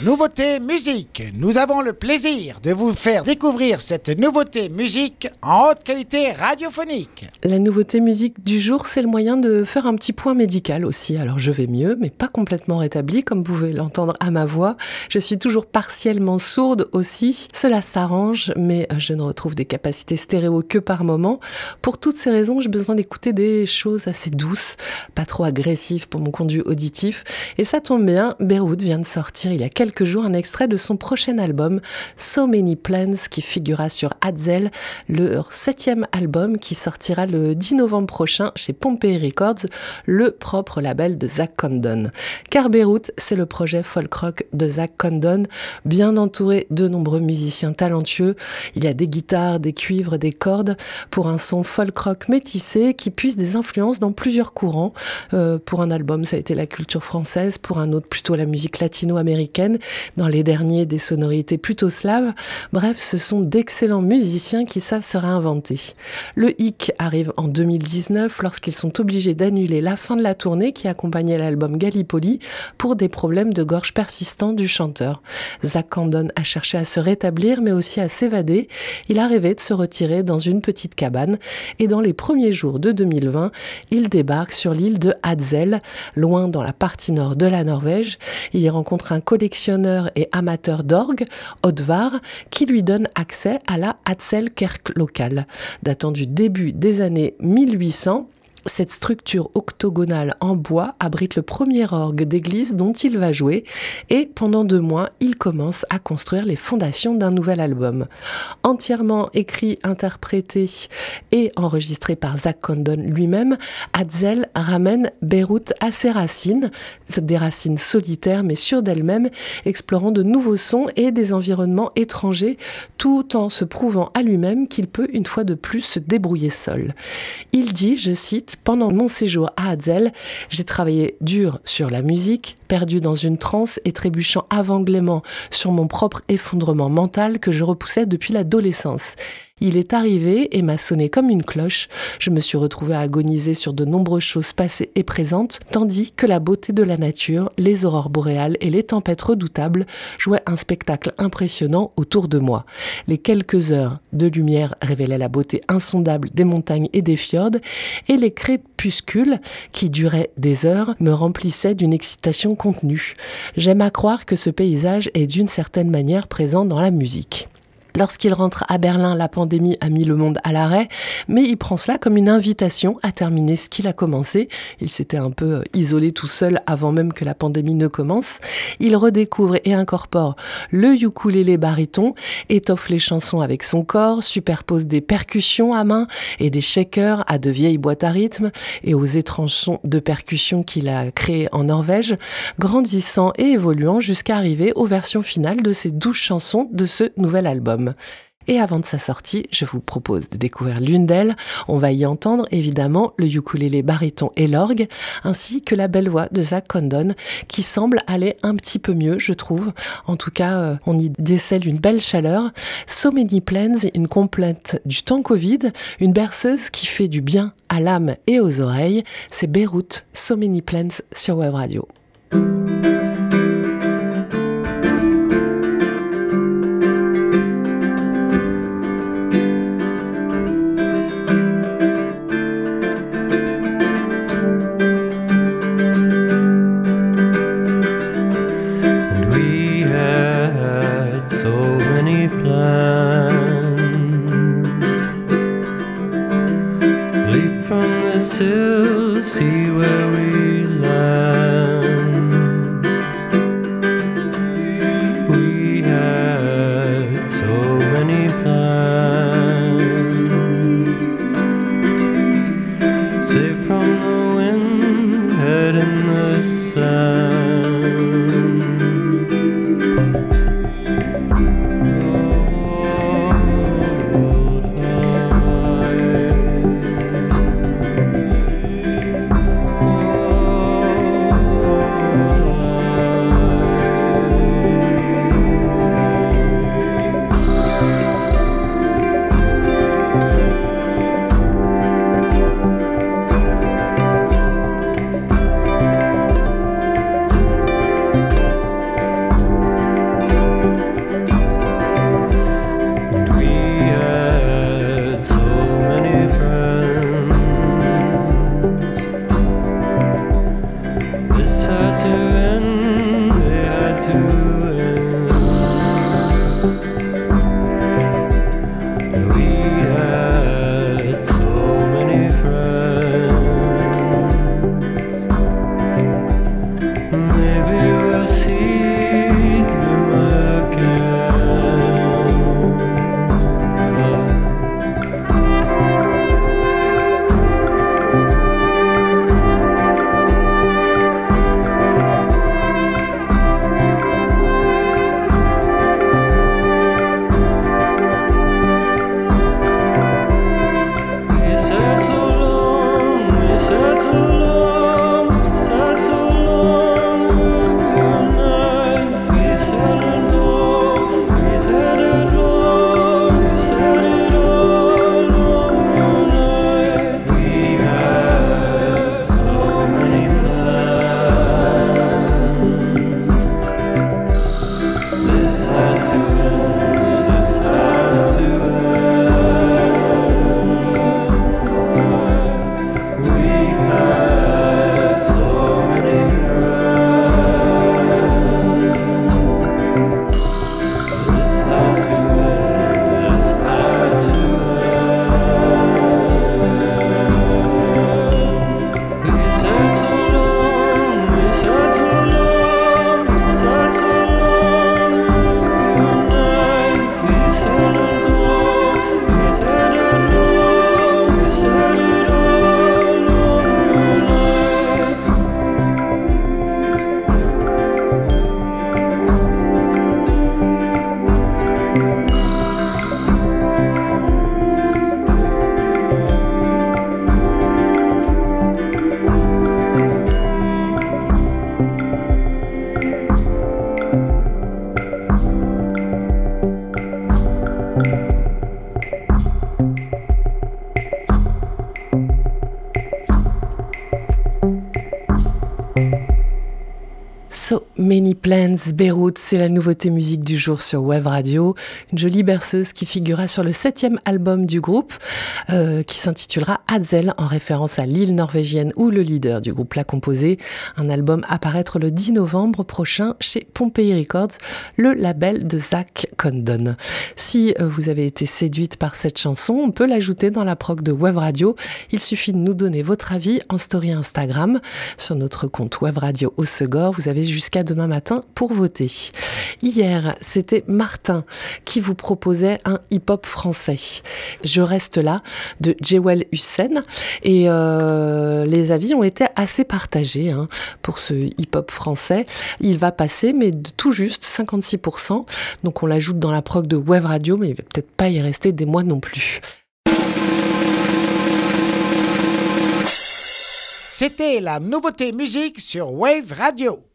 Nouveauté musique. Nous avons le plaisir de vous faire découvrir cette nouveauté musique en haute qualité radiophonique. La nouveauté musique du jour, c'est le moyen de faire un petit point médical aussi. Alors je vais mieux, mais pas complètement rétablie, comme vous pouvez l'entendre à ma voix. Je suis toujours partiellement sourde aussi. Cela s'arrange, mais je ne retrouve des capacités stéréo que par moment. Pour toutes ces raisons, j'ai besoin d'écouter des choses assez douces, pas trop agressives pour mon conduit auditif. Et ça tombe bien, Beyrouth vient de sortir il y a quelques jours un extrait de son prochain album So Many Plans qui figurera sur Hatzel, leur 7e album qui sortira le 10 novembre prochain chez Pompey Records, le propre label de Zach Condon. Car Beyrouth, c'est le projet folk rock de Zach Condon, bien entouré de nombreux musiciens talentueux. Il y a des guitares, des cuivres, des cordes pour un son folk rock métissé qui puise des influences dans plusieurs courants. Pour un album, ça a été la culture française, pour un autre plutôt la musique latino-américaine, dans les derniers des sonorités plutôt slaves. Bref, ce sont d'excellents musiciens qui savent se réinventer. Le hic arrive en 2019 lorsqu'ils sont obligés d'annuler la fin de la tournée qui accompagnait l'album Gallipoli pour des problèmes de gorge persistants du chanteur. Zach Condon a cherché à se rétablir mais aussi à s'évader. Il a rêvé de se retirer dans une petite cabane et dans les premiers jours de 2020, il débarque sur l'île de Hatzel, loin dans la partie nord de la Norvège. Il y rencontre un collectionneur et amateur d'orgue, Oddvar, qui lui donne accès à la Hatzel Kerk locale. Datant du début des années 1800, cette structure octogonale en bois abrite le premier orgue d'église dont il va jouer et pendant 2 mois, il commence à construire les fondations d'un nouvel album. Entièrement écrit, interprété et enregistré par Zach Condon lui-même, Hatzel ramène Beyrouth à ses racines, des racines solitaires mais sûres d'elles-mêmes, explorant de nouveaux sons et des environnements étrangers tout en se prouvant à lui-même qu'il peut une fois de plus se débrouiller seul. Il dit, je cite, « Pendant mon séjour à Hatzel, j'ai travaillé dur sur la musique, perdu dans une transe et trébuchant aveuglément sur mon propre effondrement mental que je repoussais depuis l'adolescence. Il est arrivé et m'a sonné comme une cloche. Je me suis retrouvée à agoniser sur de nombreuses choses passées et présentes, tandis que la beauté de la nature, les aurores boréales et les tempêtes redoutables jouaient un spectacle impressionnant autour de moi. Les quelques heures de lumière révélaient la beauté insondable des montagnes et des fjords, et les crépuscules, qui duraient des heures, me remplissaient d'une excitation contenue. J'aime à croire que ce paysage est d'une certaine manière présent dans la musique. » Lorsqu'il rentre à Berlin, la pandémie a mis le monde à l'arrêt, mais il prend cela comme une invitation à terminer ce qu'il a commencé. Il s'était un peu isolé tout seul avant même que la pandémie ne commence. Il redécouvre et incorpore le ukulélé baryton, étoffe les chansons avec son corps, superpose des percussions à main et des shakers à de vieilles boîtes à rythme et aux étranges sons de percussion qu'il a créés en Norvège, grandissant et évoluant jusqu'à arriver aux versions finales de ces 12 chansons de ce nouvel album. Et avant de sa sortie, je vous propose de découvrir l'une d'elles. On va y entendre évidemment le ukulélé baryton et l'orgue, ainsi que la belle voix de Zach Condon, qui semble aller un petit peu mieux, je trouve. En tout cas, on y décèle une belle chaleur. So Many Plans, une complainte du temps Covid, une berceuse qui fait du bien à l'âme et aux oreilles. C'est Beyrouth, So Many Plans sur Web Radio. See where we land. We had so many plans. Safe from the wind, head in the sand. Oh, So Many Plans, Beyrouth, c'est la nouveauté musique du jour sur Wave Radio. Une jolie berceuse qui figurera sur le 7e album du groupe, qui s'intitulera Hazel, en référence à l'île norvégienne où le leader du groupe l'a composé. Un album à paraître le 10 novembre prochain chez Pompey Records, le label de Zach Condon. Si vous avez été séduite par cette chanson, on peut l'ajouter dans la prog de Wave Radio. Il suffit de nous donner votre avis en story Instagram sur notre compte Wave Radio au Segor. Vous avez jusqu'à demain matin pour voter. Hier, c'était Martin qui vous proposait un hip-hop français. Je reste là de Jewel Hussein et les avis ont été assez partagés pour ce hip-hop français. Il va passer, mais de tout juste 56%. Donc on l'ajoute dans la prog de Wave Radio, mais il va peut-être pas y rester des mois non plus. C'était la nouveauté musique sur Wave Radio.